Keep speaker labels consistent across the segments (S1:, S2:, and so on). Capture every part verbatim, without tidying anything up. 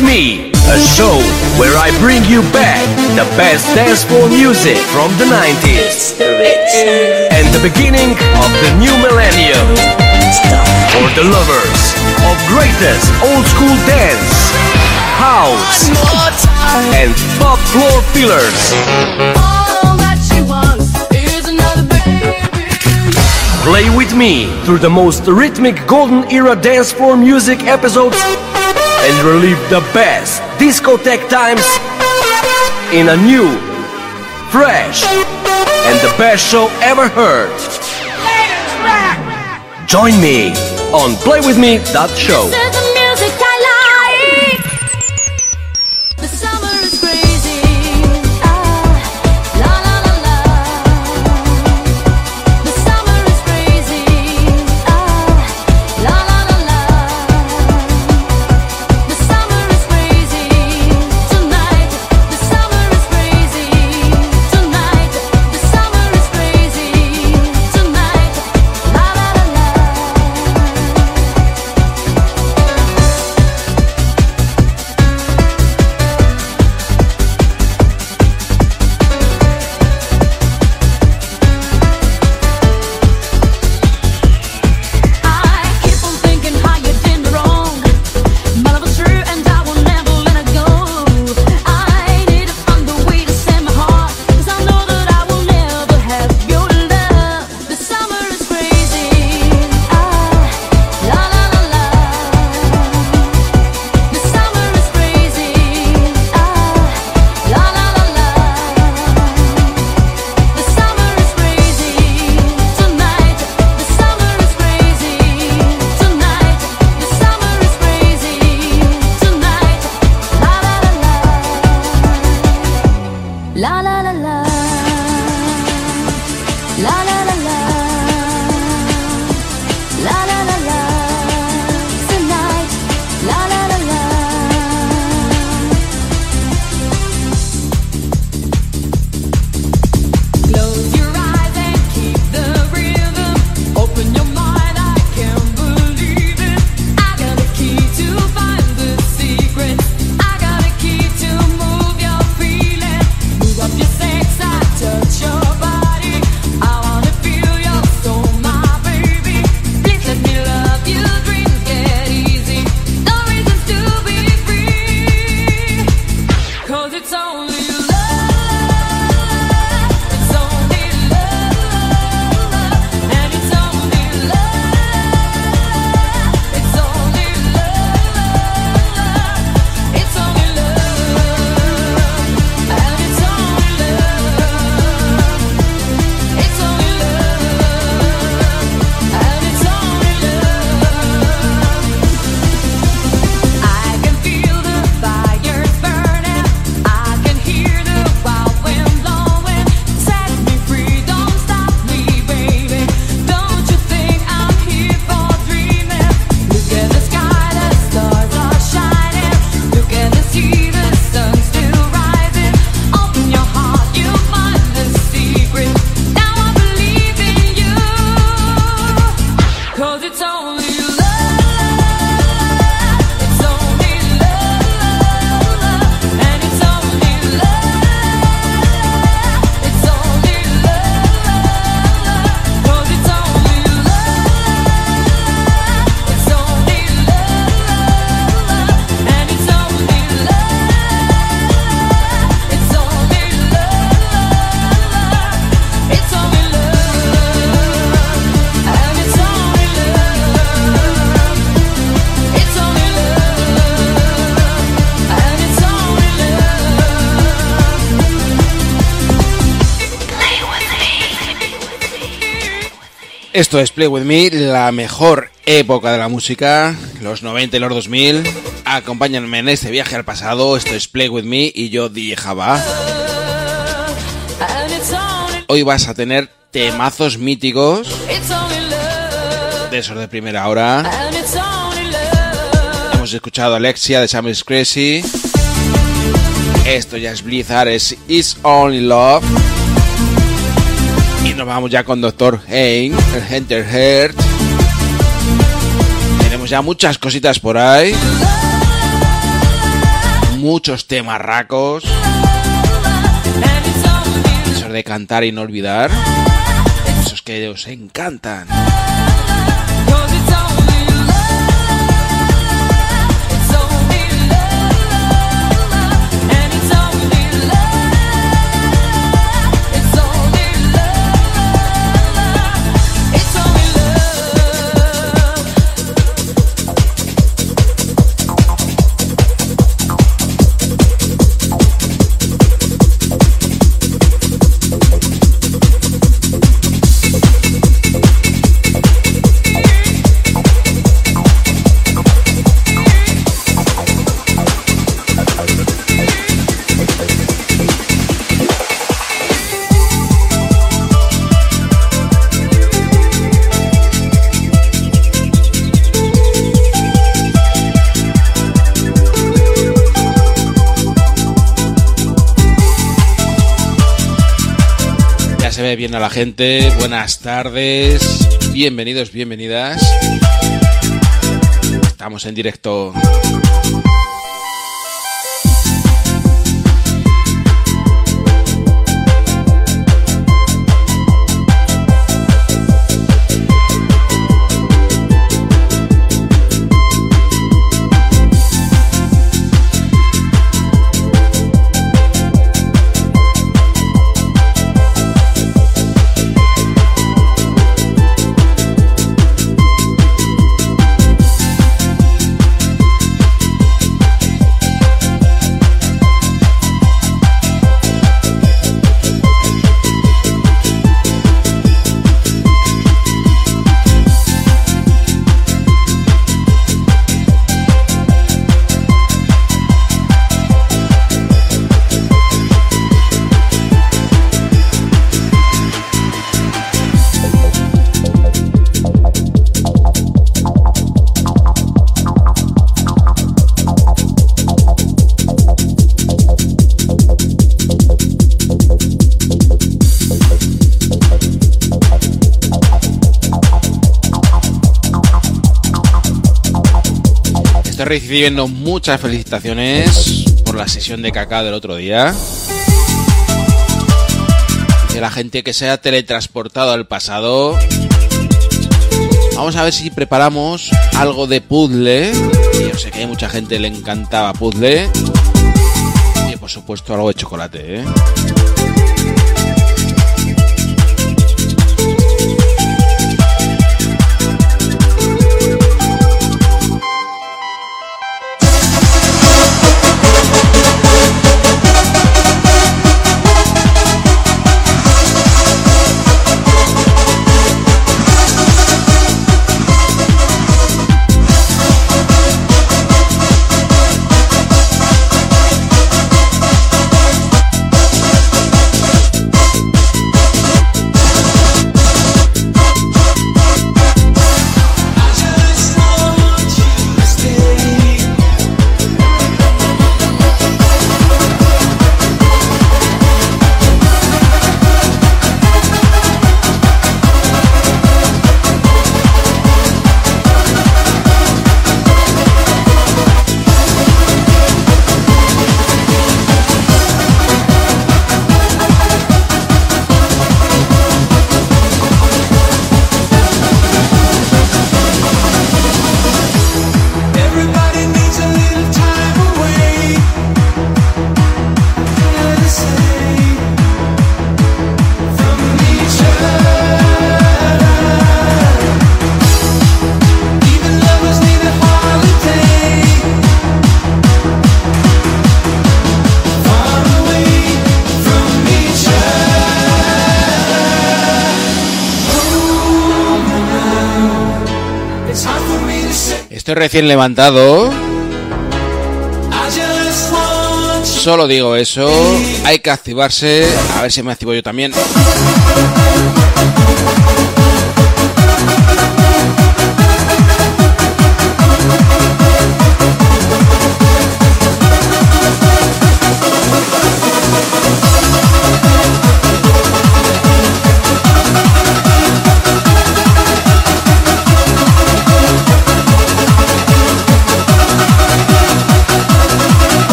S1: Me, a show where I bring you back the best dance floor music from the nineties and the beginning of the new millennium. For the lovers of greatest old school dance, house, and pop floor fillers.
S2: All that she wants is another baby.
S1: Play with me through the most rhythmic golden era dance floor music episodes and relive the best discotheque times in a new, fresh, and the best show ever heard. Join me on play with me dot show.
S2: This is the music I like. The summer is crazy. Ah, la la la la. The summer is crazy. Ah, la la la la. The summer is crazy tonight. The summer is crazy tonight. The summer is crazy tonight. La la la la. I keep on thinking how you did me wrong. My love was true and I will never let it go. I need to find a way to set my heart, 'cause I know that I will never have your love. The summer is crazy. Ah, la la la la. The summer is crazy. Ah, la la la la. The summer is crazy tonight. The summer is crazy tonight. The summer is crazy tonight. La la la la. La la la la. La la la la. La la la la. Tonight. La la la la. Close your eyes and keep the rhythm. Open your mind, I can't believe it. I got a key to find the secret. I got a key to move your feeling. Move up your sex, I touch your body. I wanna feel your soul, my baby. Please let me love you. Dreams get easy. No reasons to be free. 'Cause it's only love. It's only love. And it's only love. It's only love. It's only love. And it's only love. It's only love. And it's only love. I can feel the fires burning. I can hear the wild wind blowing. Set me free, don't stop me, baby. Don't you think I'm here for dreaming? Look at the sky, the stars are shining. Look at the sea, the sun's still rising. Open your heart, you'll find the secret. Now I believe in you. 'Cause it's only love. It's only love. And it's only love. It's only love. 'Cause it's only love. It's only love. And it's only love. It's only love. It's only love. And it's only love. It's only love. And it's only love.
S3: Esto es Play With Me, la mejor época de la música, los noventa y los dos mil. Acompáñenme en este viaje al pasado. Esto es Play With Me y yo, D J Java.
S2: And it's only
S3: Hoy vas a tener temazos míticos,
S2: It's only love.
S3: de esos de primera hora.
S2: And it's only love.
S3: Hemos escuchado a Alexia de Summer is Crazy. Esto ya es Blizzard, es It's Only Love. Y nos vamos ya con Doctor Hein, el Enter Heart. Tenemos ya muchas cositas por ahí. muchos temarracos. Esos de cantar y no olvidar. Esos que os encantan. Se ve bien a la gente. Buenas tardes, bienvenidos, bienvenidas. Estamos en directo. Recibiendo muchas felicitaciones por la sesión de Kaká del otro día. De la gente que se ha teletransportado al pasado. Vamos a ver si preparamos algo de puzzle. Yo sé que hay mucha gente que le encantaba puzzle. Y por supuesto algo de chocolate, ¿eh? Estoy recién levantado. Solo digo eso. Hay que activarse. A ver si me activo yo también.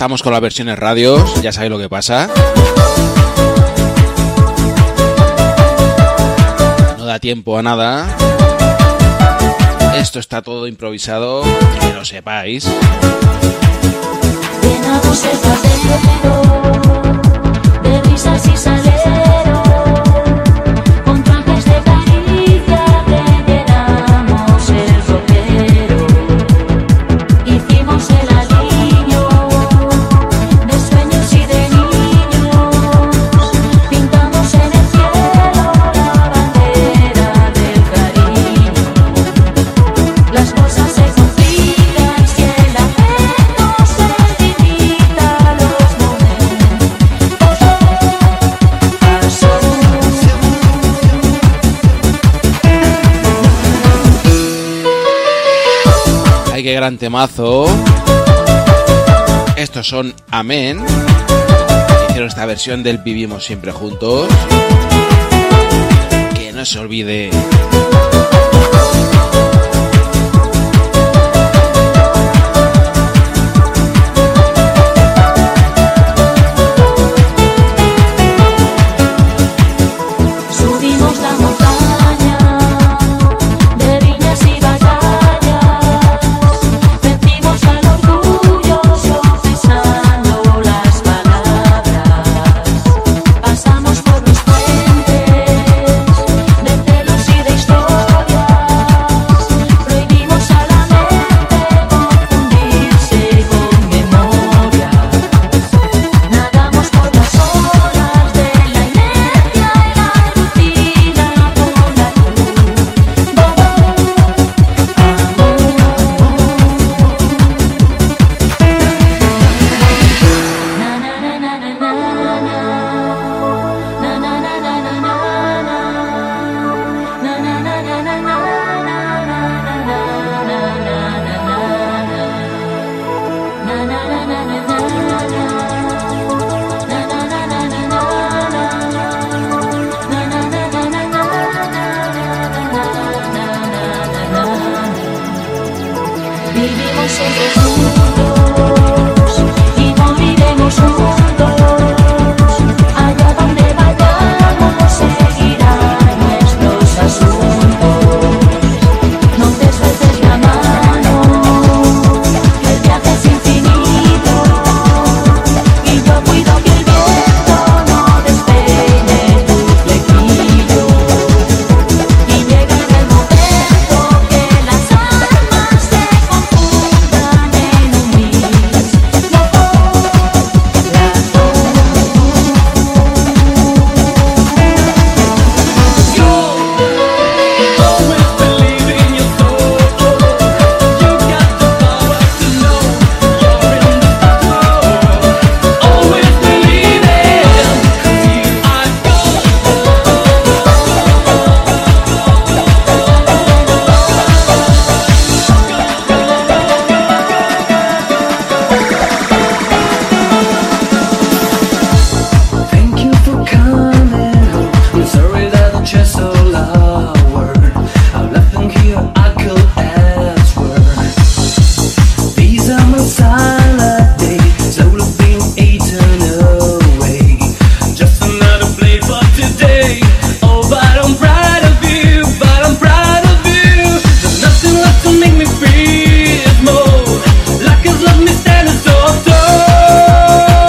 S3: estamos con las versiones radios, ya sabéis lo que pasa. No da tiempo a nada. Esto está todo improvisado, que lo sepáis.
S2: Llenamos el paseo de risas y salero, con trajes de caricia te llenamos el ropero. Hicimos el aliño de sueños y de niños, pintamos en el cielo la bandera del cariño. Las cosas se complican si el afecto se limita los momentos.
S3: Ay, qué gran temazo. Estos son Amén. Hicieron esta versión del Vivimos Siempre Juntos. Que no se olvide.
S2: Subimos la montaña de viñas y batallas, vencimos al orgullo sofisando las palabras, pasamos por los puentes de celos y de historias, prohibimos a la mente confundirse con memorias, nadamos por las olas de la inercia y la rutina con la luz. Na na na na na na na na na na na na na na na na na na Vivimos siempre juntos y moriremos juntos. Allá donde vayamos seguirán nuestros asuntos. No te sueltes la mano, el viaje es infinito. Y yo cuido que el viento no despeine tu flequillo. Y llegará el momento que las almas se confundan en un mismo.
S4: Thank you for coming home. I'm sorry that I chased all hour. I left them here, I could answer. These are my silent days, slowly being eaten away. Just another play for today. Oh, but I'm proud of you, but I'm proud of you. There's nothing left to make me feel more like it's left me standing so tall.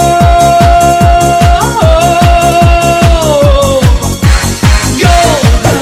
S4: Go,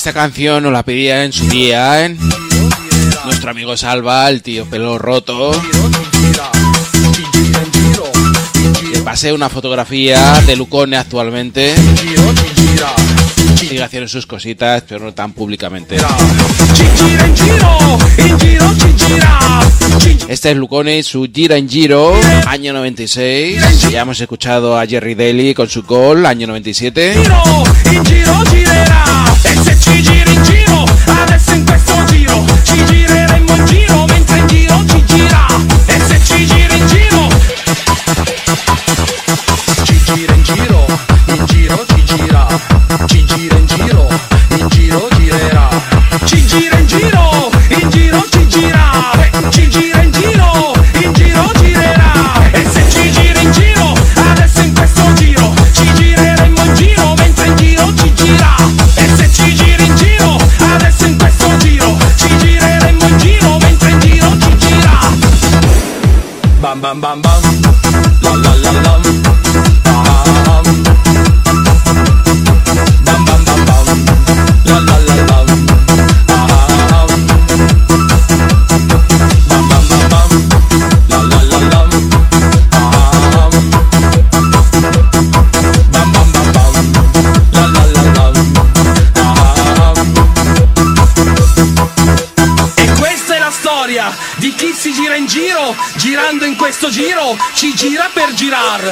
S3: Esta canción nos la pedía en su día ¿eh? nuestro amigo Salva, el tío pelo roto. Le pasé una fotografía de Lucone actualmente. Sigue haciendo sus cositas, pero no tan públicamente. Este es Lucone y su Gira en Giro, año noventa y seis. Ya hemos escuchado a Jerry Daly con su Gol, año noventa y siete.
S4: Gira in giro, in giro ci gira, ci gira in giro, in giro girerà. Ci gira in giro, in giro ci gira, ci gira in giro, in giro girerà. E se ci gira in giro, adesso in questo giro, ci gireremo in giro mentre in giro ci gira. E se ci gira in giro, adesso in questo giro, ci gireremo in giro mentre in giro ci gira. Bam bam bam bam, la la la la. Di chi si gira in giro, girando in questo giro, ci gira per girar.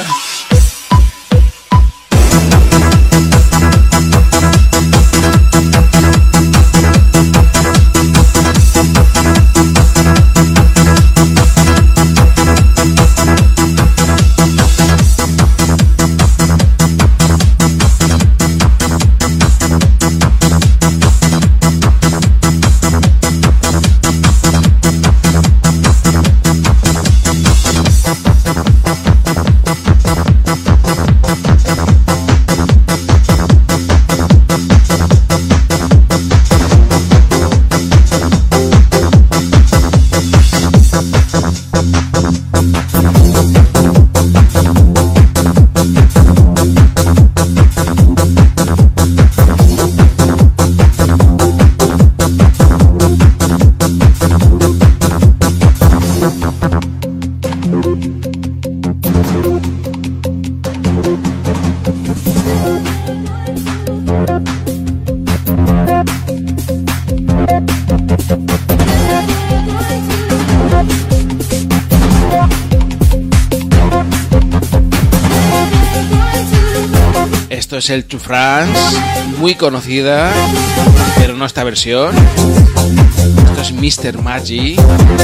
S3: Esto es el To France, muy conocida, pero no esta versión. Esto es mister Maggi.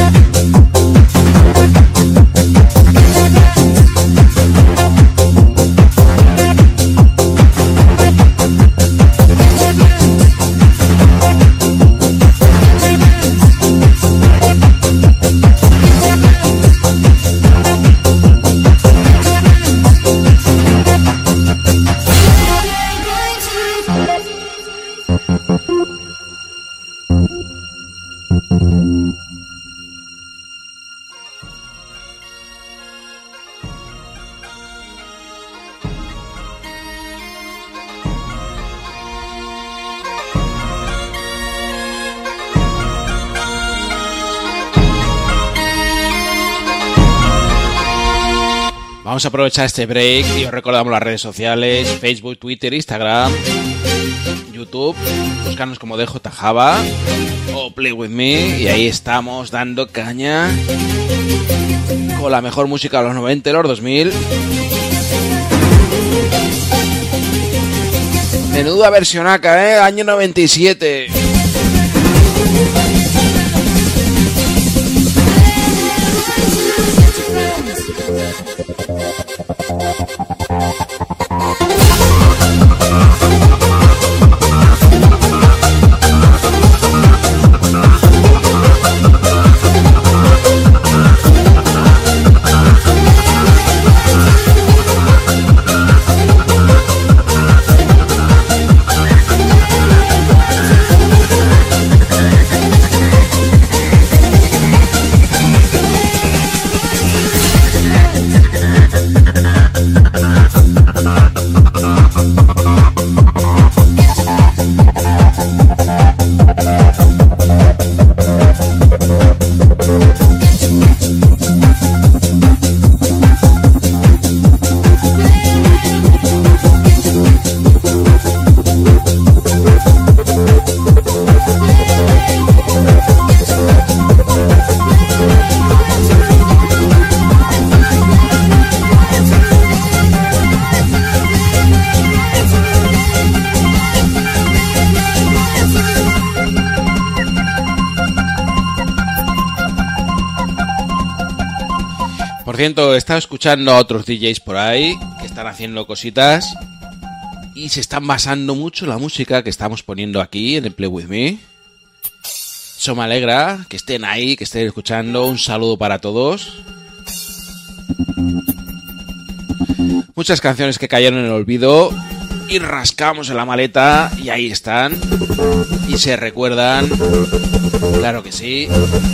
S3: Vamos a aprovechar este break y os recordamos las redes sociales: Facebook, Twitter, Instagram, YouTube. Buscarnos como D J Java o Play With Me y ahí estamos dando caña con la mejor música de los noventa y los dos mil. Menuda versionaca, ¿eh? Año noventa y siete.
S4: Bye.
S3: Por cierto, he estado escuchando a otros D Js por ahí que están haciendo cositas y se están basando mucho en la música que estamos poniendo aquí en el Play With Me. Eso me alegra, que estén ahí, que estén escuchando. Un saludo para todos. Muchas canciones que cayeron en el olvido y rascamos en la maleta y ahí están. Y se recuerdan. Claro que sí.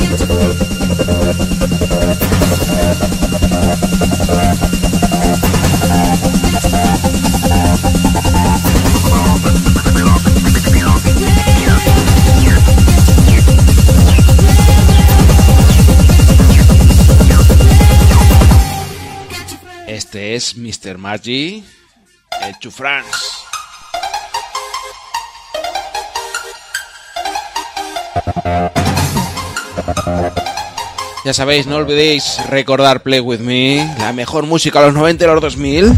S3: Este es mister Maggi, el Chufrans. Ya sabéis, no olvidéis recordar Play With Me, la mejor música de los noventa y los dos mil.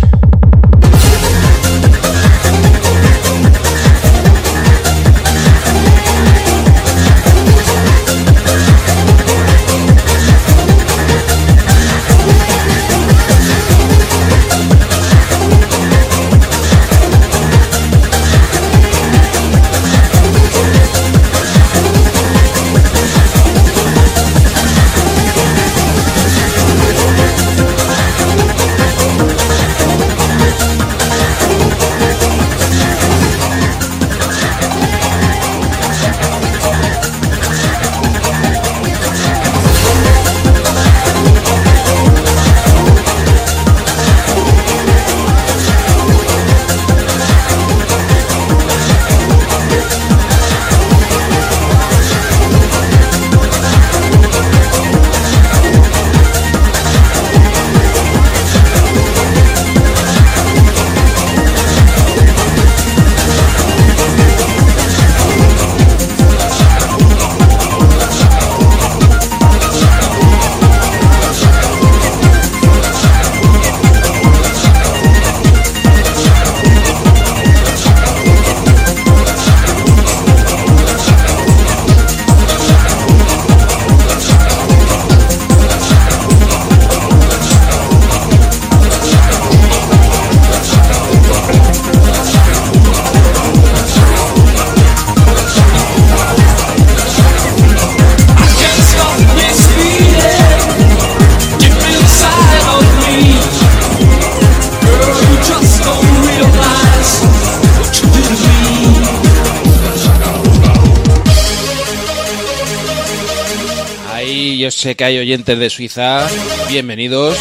S3: Yo sé que hay oyentes de Suiza, bienvenidos.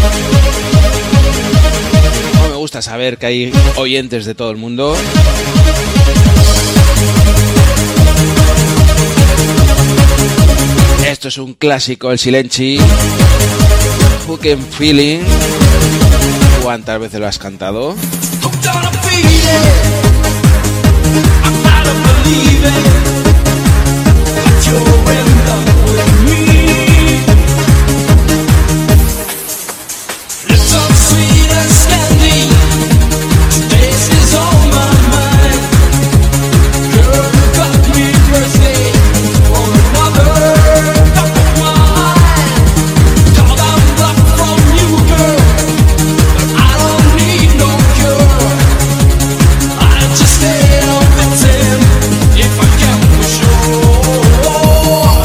S3: No me gusta saber que hay oyentes de todo el mundo. Esto es un clásico, el Silenci. Fucking Feeling. ¿Cuántas veces lo has cantado?
S5: If I can't push you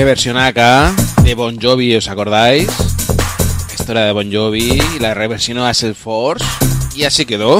S3: reversión acá de Bon Jovi, ¿os acordáis? Esto era de Bon Jovi y la reversionó a Axel Force y así quedó.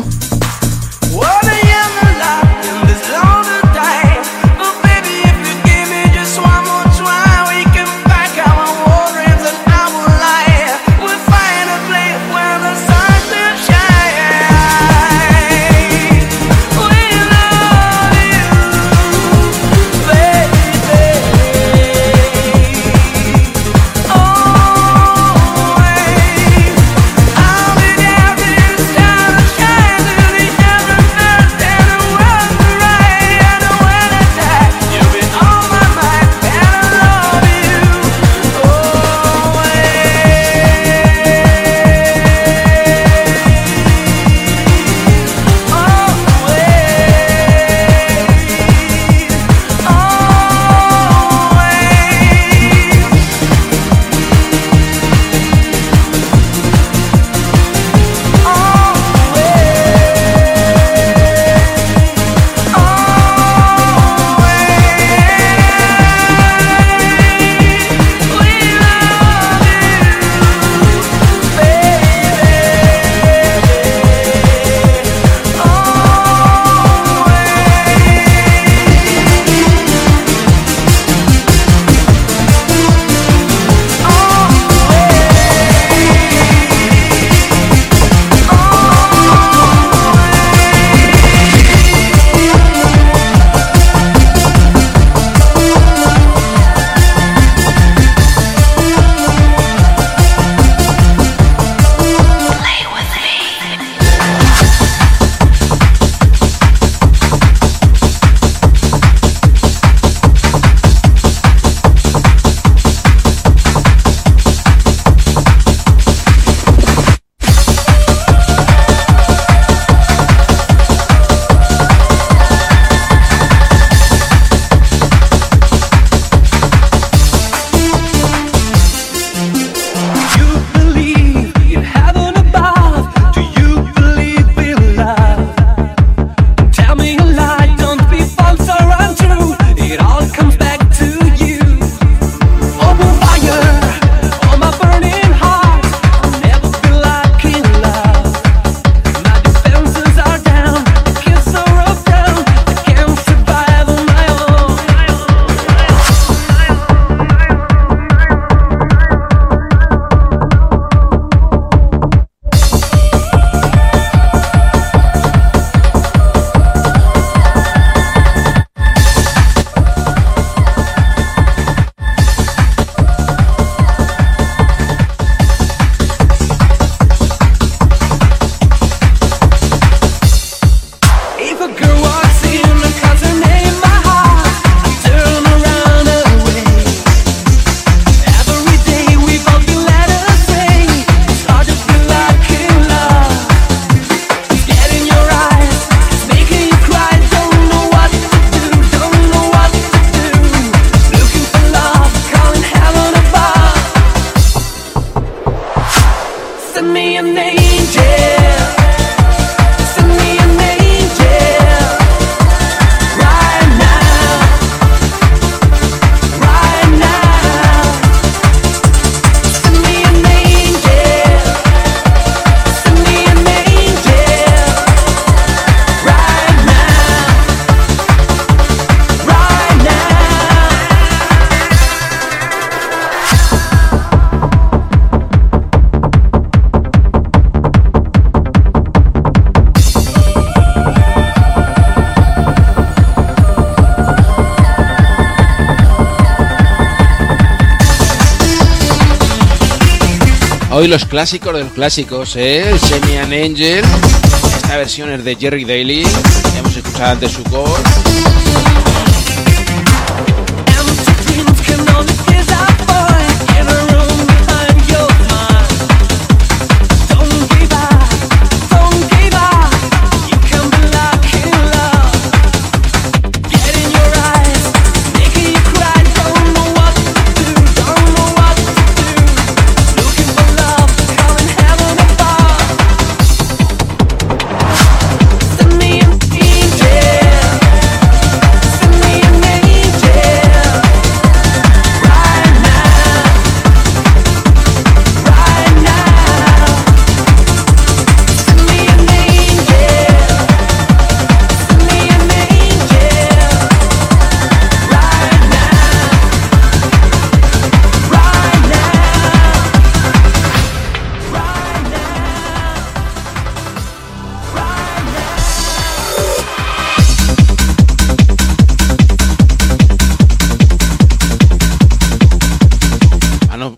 S3: Hoy los clásicos de los clásicos, ¿eh? El Send Me an Angel. Esta versión es de Jerry Daly. Ya hemos escuchado antes su core.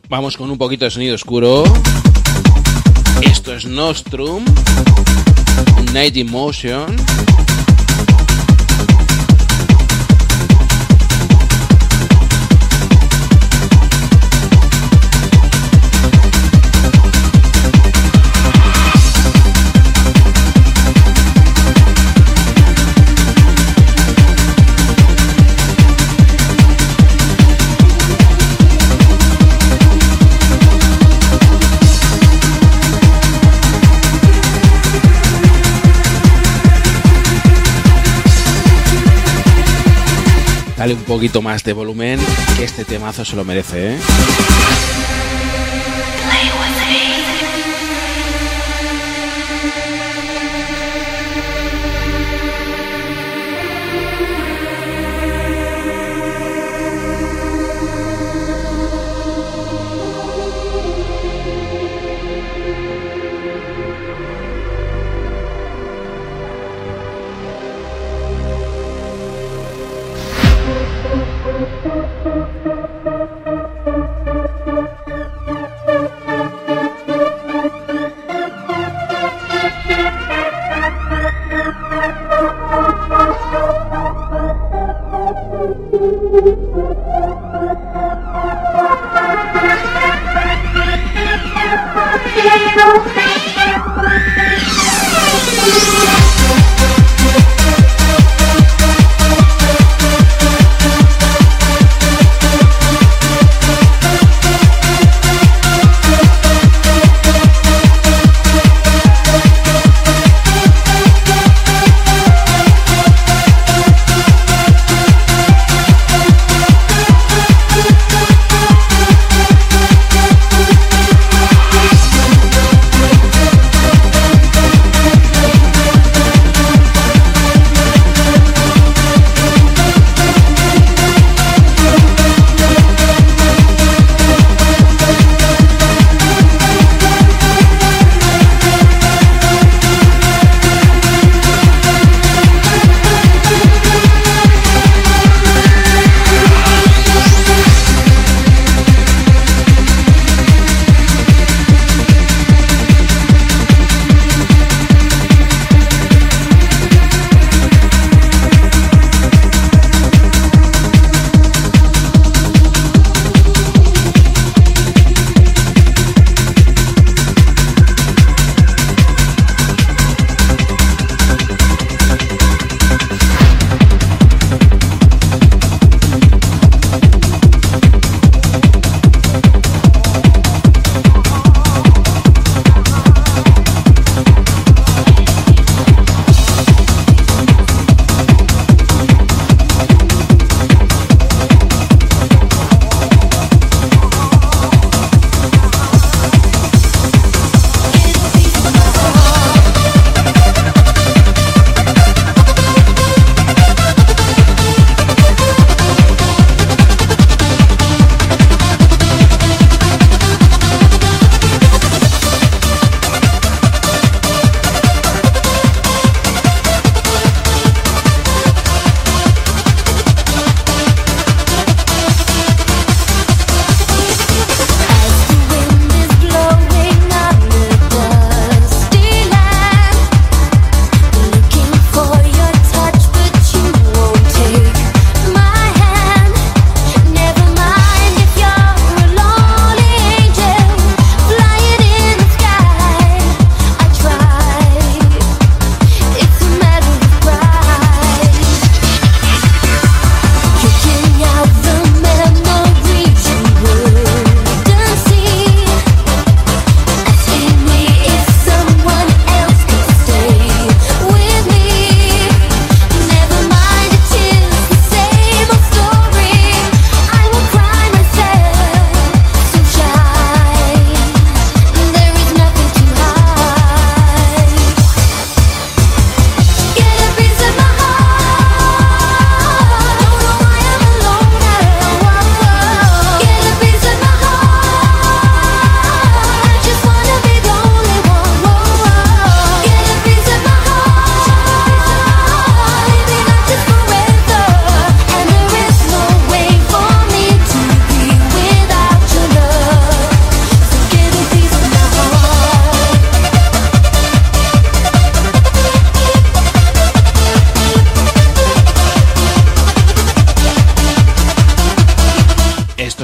S3: Vamos con un poquito de sonido oscuro. Esto es Nostrum, Night in Motion. Dale un poquito más de volumen, que este temazo se lo merece, ¿eh?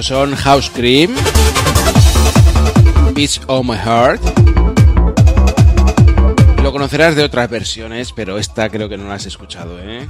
S3: Estos son House Cream, Beats on My Heart. Lo conocerás de otras versiones, pero esta creo que no la has escuchado, ¿eh?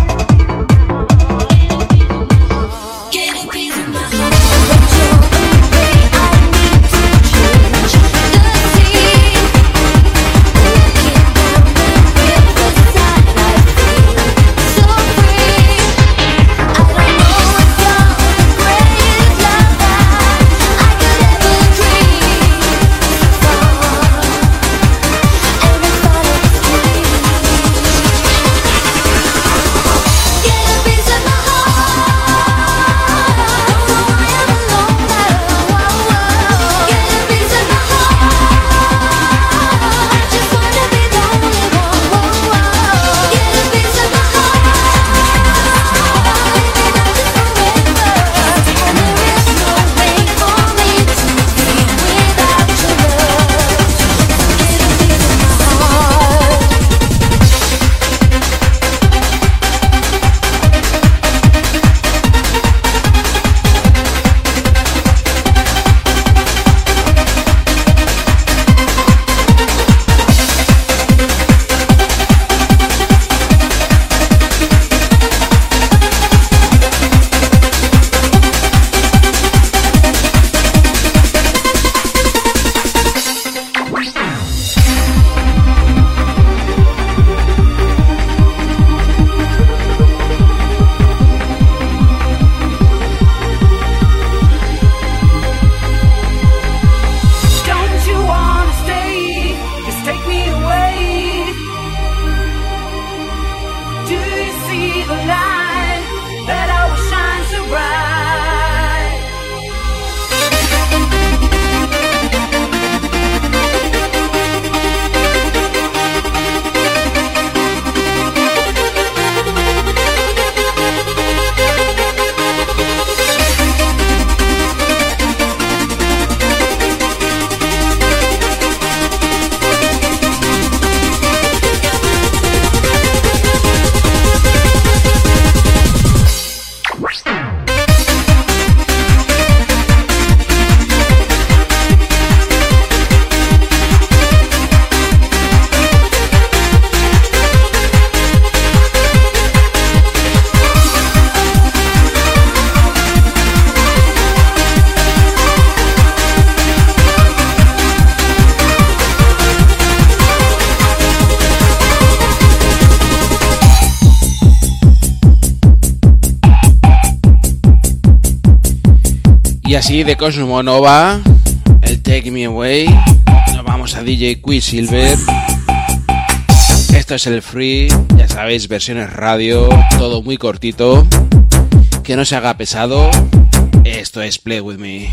S3: Y así de Cosmo Nova, el Take Me Away, nos vamos a D J Quicksilver. Esto es el Free, ya sabéis, versiones radio, todo muy cortito, que no se haga pesado. Esto es Play With Me.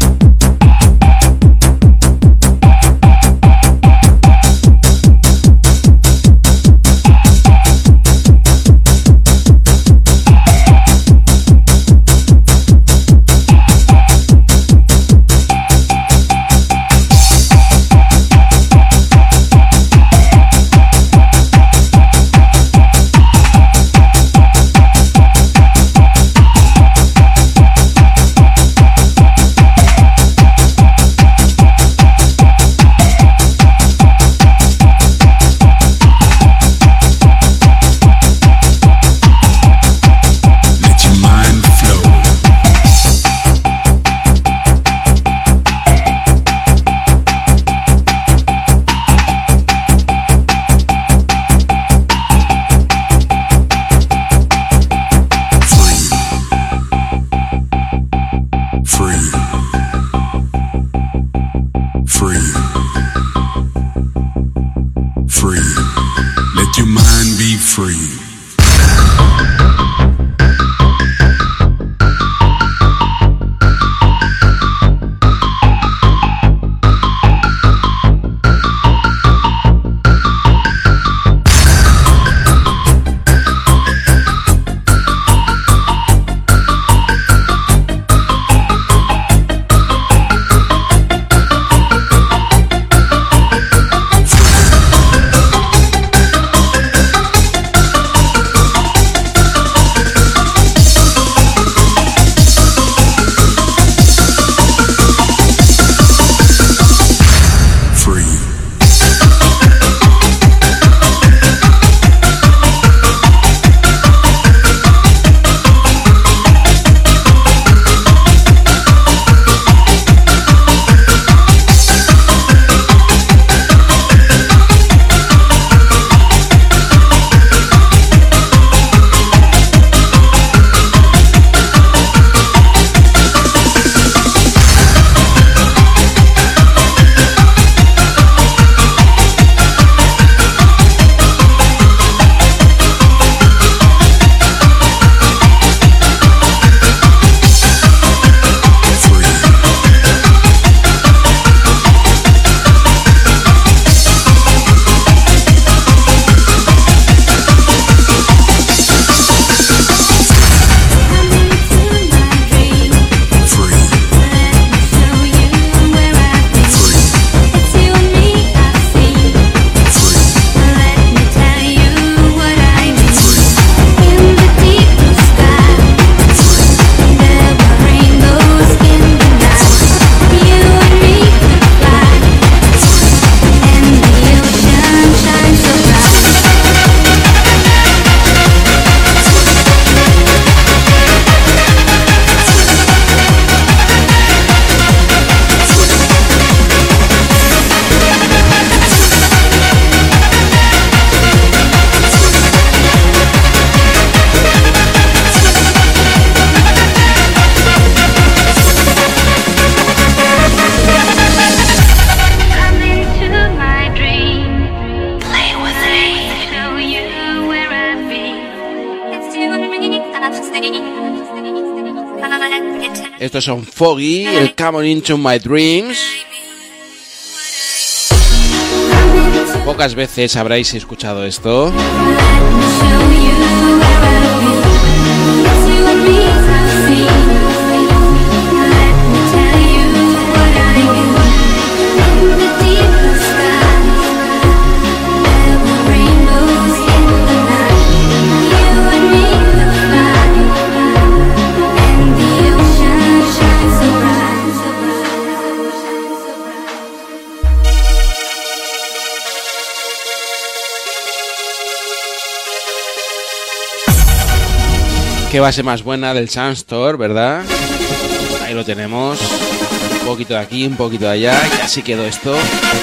S3: Estos son Foggy, el Come On Into My Dreams. Pocas veces habréis escuchado esto. Qué base más buena del Sandstorm, ¿verdad? Ahí lo tenemos. Un poquito de aquí, un poquito de allá. Y así quedó esto.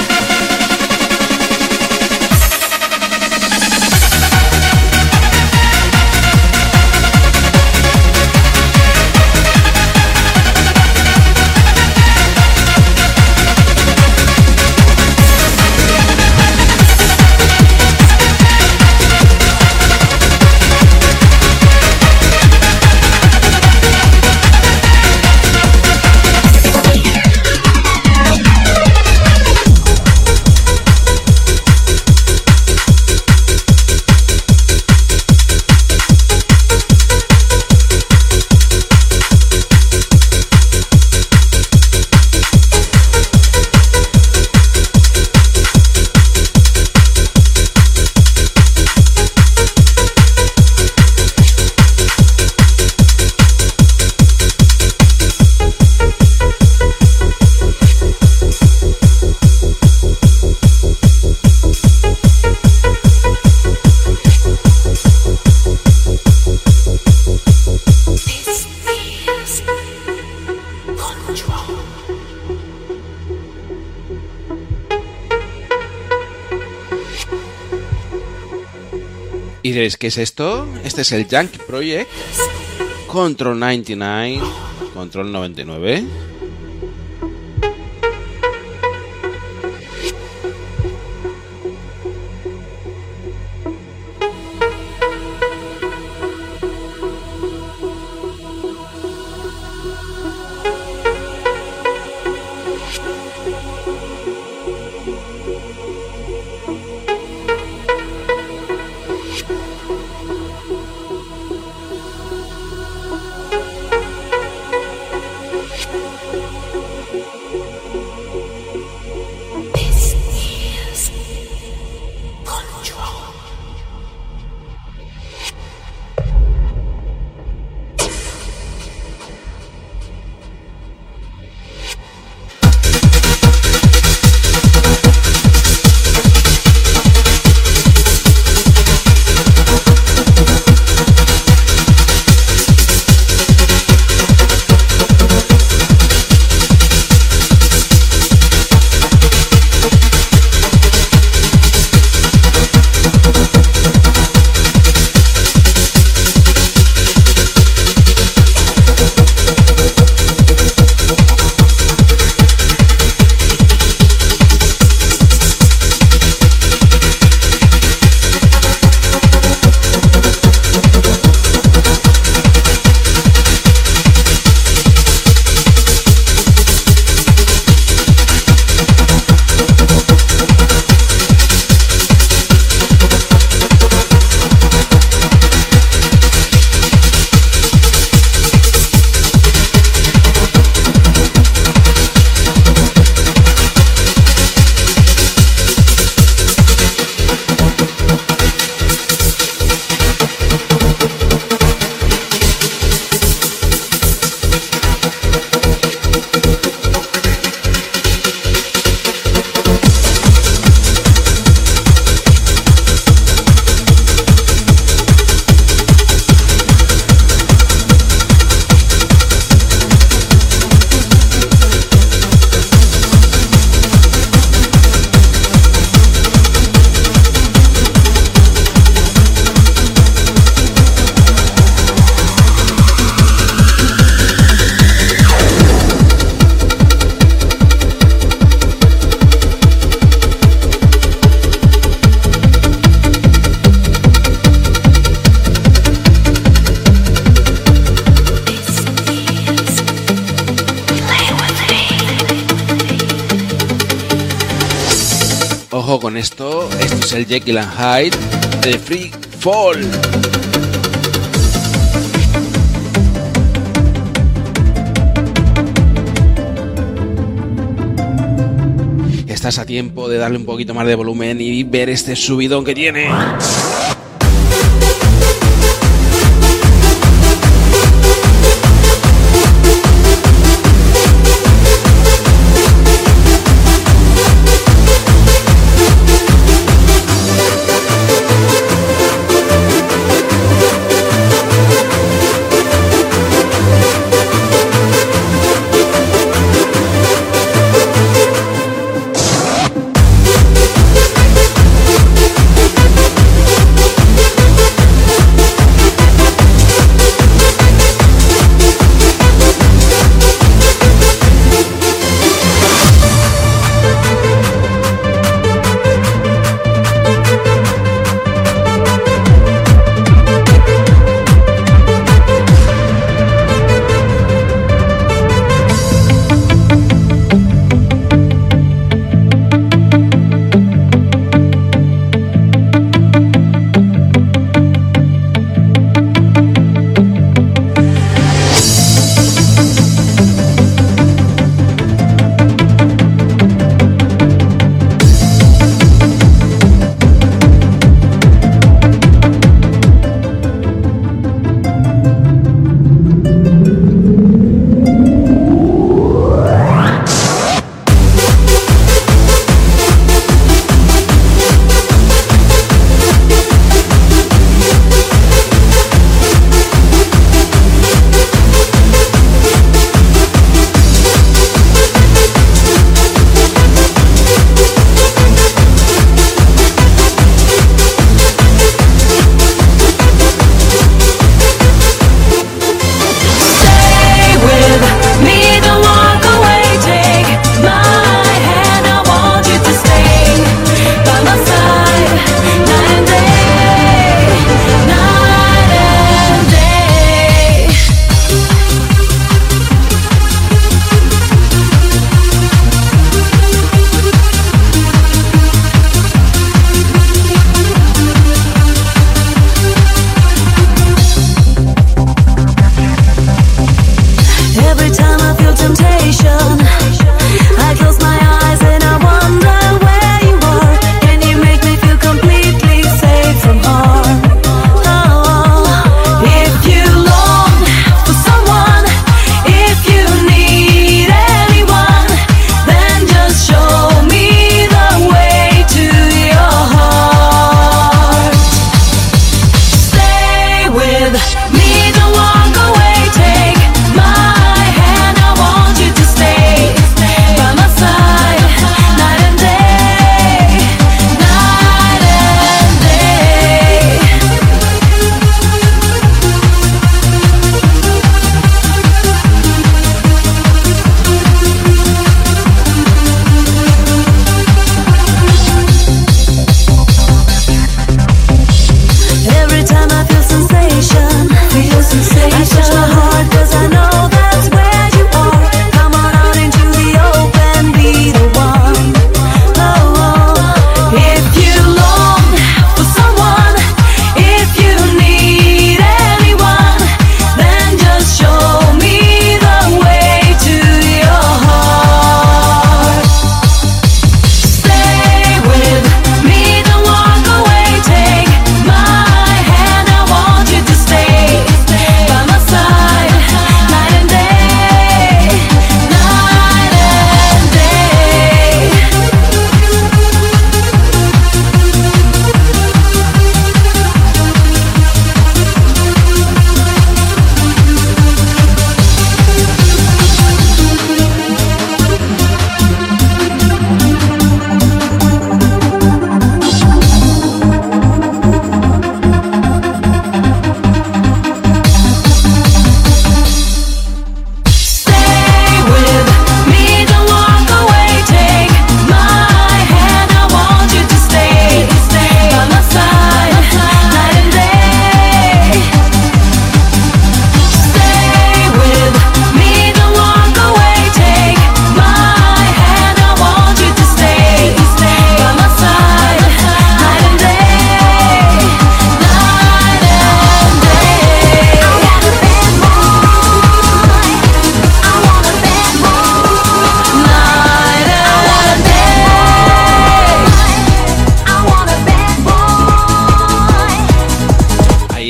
S3: Y diréis, ¿qué es esto? Este es el Yankee Project Control noventa y nueve, Control noventa y nueve. con esto. Esto es el Jekyll and Hyde de Free Fall. Estás a tiempo de darle un poquito más de volumen y ver este subidón que tiene.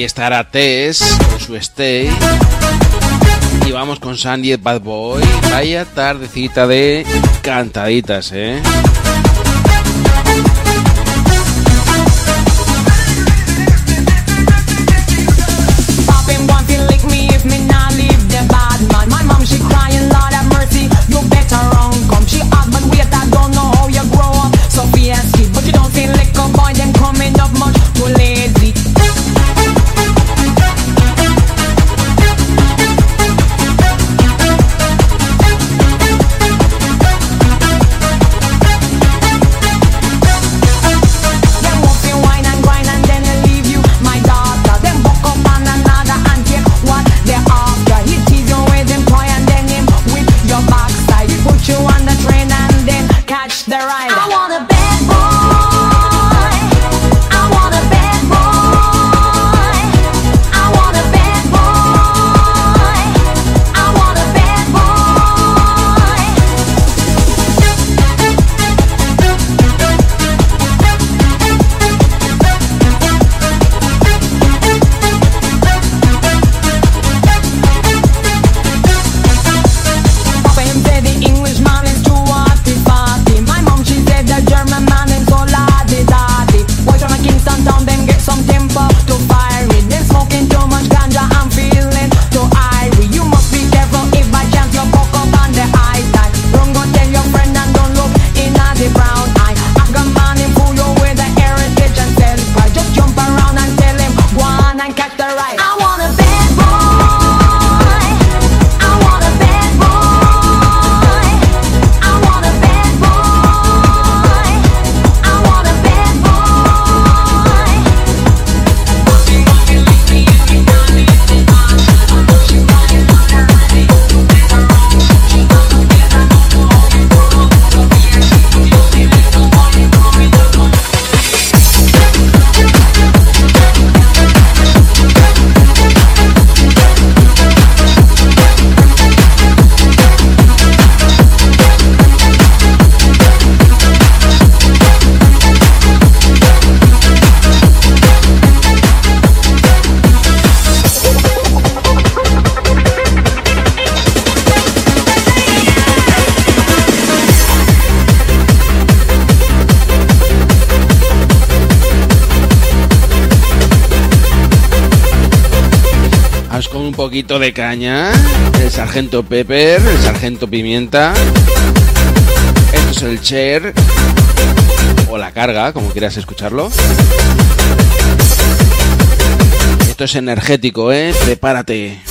S3: estará Tess con su Stay. Y vamos con Sandy el Bad Boy. Vaya tardecita de cantaditas, eh.
S2: My mom, she crying, Lord have mercy. You better run, come. She hot, but wait, I don't know how you grow up. So fierce kid, but you don't see liquor boy, them coming up much too lazy. Them walk in wine and grind and then they leave you, my daughter. Them buck up on another and take what they after. He tease you with him toy and then him with your backside. He put you on the train and then catch the ride. I want a bad boy. I want a bad boy. I want a bad boy. I want a bad boy. Papa him say the Englishman is too arty farty. My mom she said the German man is so lardy darty. Boys from a Kingston town them get some temper to fire it. Them smoking too much ganja I'm feeling too irie. You must be careful if by chance you buck up on the high side. Don't go tell your friend and don't look in at the brown eye. I got man him fool you with the heritage and self pride. Just jump around and tell him go on and catch the ride. I want a bad boy. I want a bad boy. I want a bad boy. I want a bad boy.
S3: Vamos con un poquito de caña. El Sargento Pepper, el Sargento Pimienta. Esto es el Cher. O la carga, como quieras escucharlo. Esto es energético, eh. Prepárate.